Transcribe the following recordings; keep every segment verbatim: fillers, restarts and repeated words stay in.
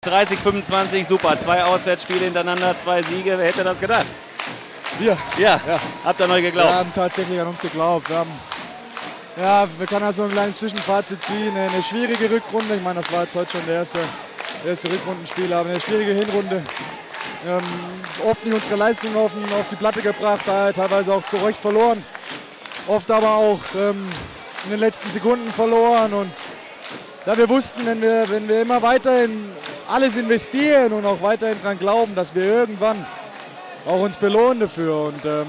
dreißig, fünfundzwanzig, super. Zwei Auswärtsspiele hintereinander, zwei Siege. Wer hätte das gedacht? Wir. Ja, ja. Habt ihr neu geglaubt? Wir haben tatsächlich an uns geglaubt. Wir haben, ja, wir können also ein kleines Zwischenfazit ziehen. Eine schwierige Rückrunde. Ich meine, das war jetzt heute schon der erste, der erste Rückrundenspiel, aber eine schwierige Hinrunde. Ähm, oft nicht unsere Leistung auf, auf die Platte gebracht, teilweise auch zu Recht verloren. Oft aber auch ähm, in den letzten Sekunden verloren. Und ja, wir wussten, wenn wir, wenn wir immer weiterhin alles investieren und auch weiterhin daran glauben, dass wir irgendwann auch uns belohnen dafür. Und ähm,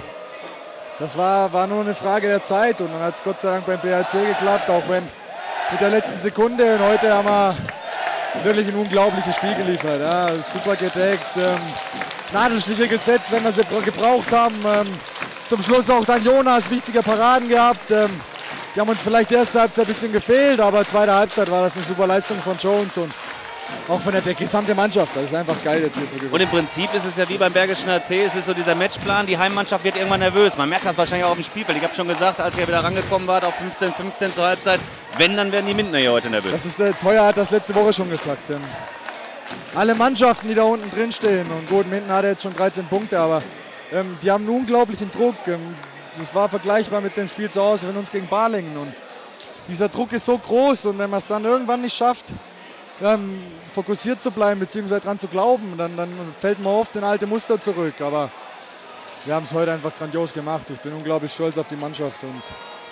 das war, war nur eine Frage der Zeit. Und dann hat es Gott sei Dank beim B H C geklappt, auch wenn mit der letzten Sekunde. Und heute haben wir wirklich ein unglaubliches Spiel geliefert. Ja, super gedeckt, ähm, Nadelstiche gesetzt, wenn wir sie gebraucht haben. Ähm, zum Schluss auch dann Jonas wichtige Paraden gehabt. Ähm, die haben uns vielleicht die erste Halbzeit ein bisschen gefehlt, aber zweite Halbzeit war das eine super Leistung von Jones und auch von der, der gesamten Mannschaft. Das ist einfach geil, jetzt hier zu gewinnen. Und im Prinzip ist es ja wie beim Bergischen A C, es ist so dieser Matchplan, die Heimmannschaft wird irgendwann nervös. Man merkt das wahrscheinlich auch auf dem Spielfeld. Ich habe schon gesagt, als ihr wieder rangekommen wart auf fünfzehn fünfzehn zur Halbzeit, wenn, dann werden die Mindener hier heute nervös. Das ist, äh, Teuer hat das letzte Woche schon gesagt. Ähm, alle Mannschaften, die da unten drin stehen, und gut, Minden hat jetzt schon dreizehn Punkte, aber ähm, die haben einen unglaublichen Druck. Ähm, das war vergleichbar mit dem Spiel zu Hause von uns gegen Balingen. Und dieser Druck ist so groß, und wenn man es dann irgendwann nicht schafft, ähm, fokussiert zu bleiben bzw. daran zu glauben, dann, dann fällt man oft in alte Muster zurück. Aber wir haben es heute einfach grandios gemacht. Ich bin unglaublich stolz auf die Mannschaft. Und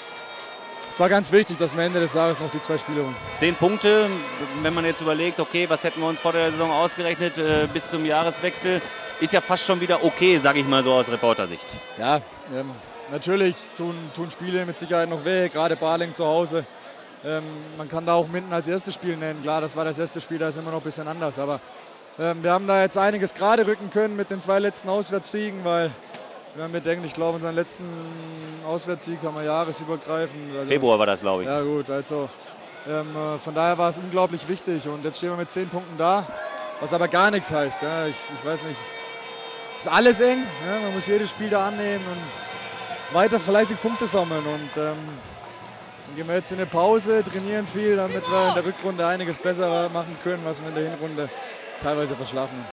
es war ganz wichtig, dass wir Ende des Jahres noch die zwei Spiele holen. Zehn Punkte, wenn man jetzt überlegt, okay, was hätten wir uns vor der Saison ausgerechnet äh, bis zum Jahreswechsel, ist ja fast schon wieder okay, sage ich mal so aus Reportersicht. Ja, ähm, natürlich tun, tun Spiele mit Sicherheit noch weh, gerade Balingen zu Hause. Ähm, man kann da auch Minden als erstes Spiel nennen. Klar, das war das erste Spiel, da ist immer noch ein bisschen anders. Aber ähm, wir haben da jetzt einiges gerade rücken können mit den zwei letzten Auswärtssiegen, weil wir haben bedenken, ich glaube, unseren letzten Auswärtssieg haben wir jahresübergreifend. Also, Februar war das, glaube ich. Ja gut, also ähm, von daher war es unglaublich wichtig. Und jetzt stehen wir mit zehn Punkten da, was aber gar nichts heißt. Ja. Ich, ich weiß nicht, ist alles eng. Ja. Man muss jedes Spiel da annehmen und weiter fleißig Punkte sammeln. Und ähm, dann gehen wir jetzt in eine Pause, trainieren viel, damit wir in der Rückrunde einiges besser machen können, was wir in der Hinrunde teilweise verschlafen haben.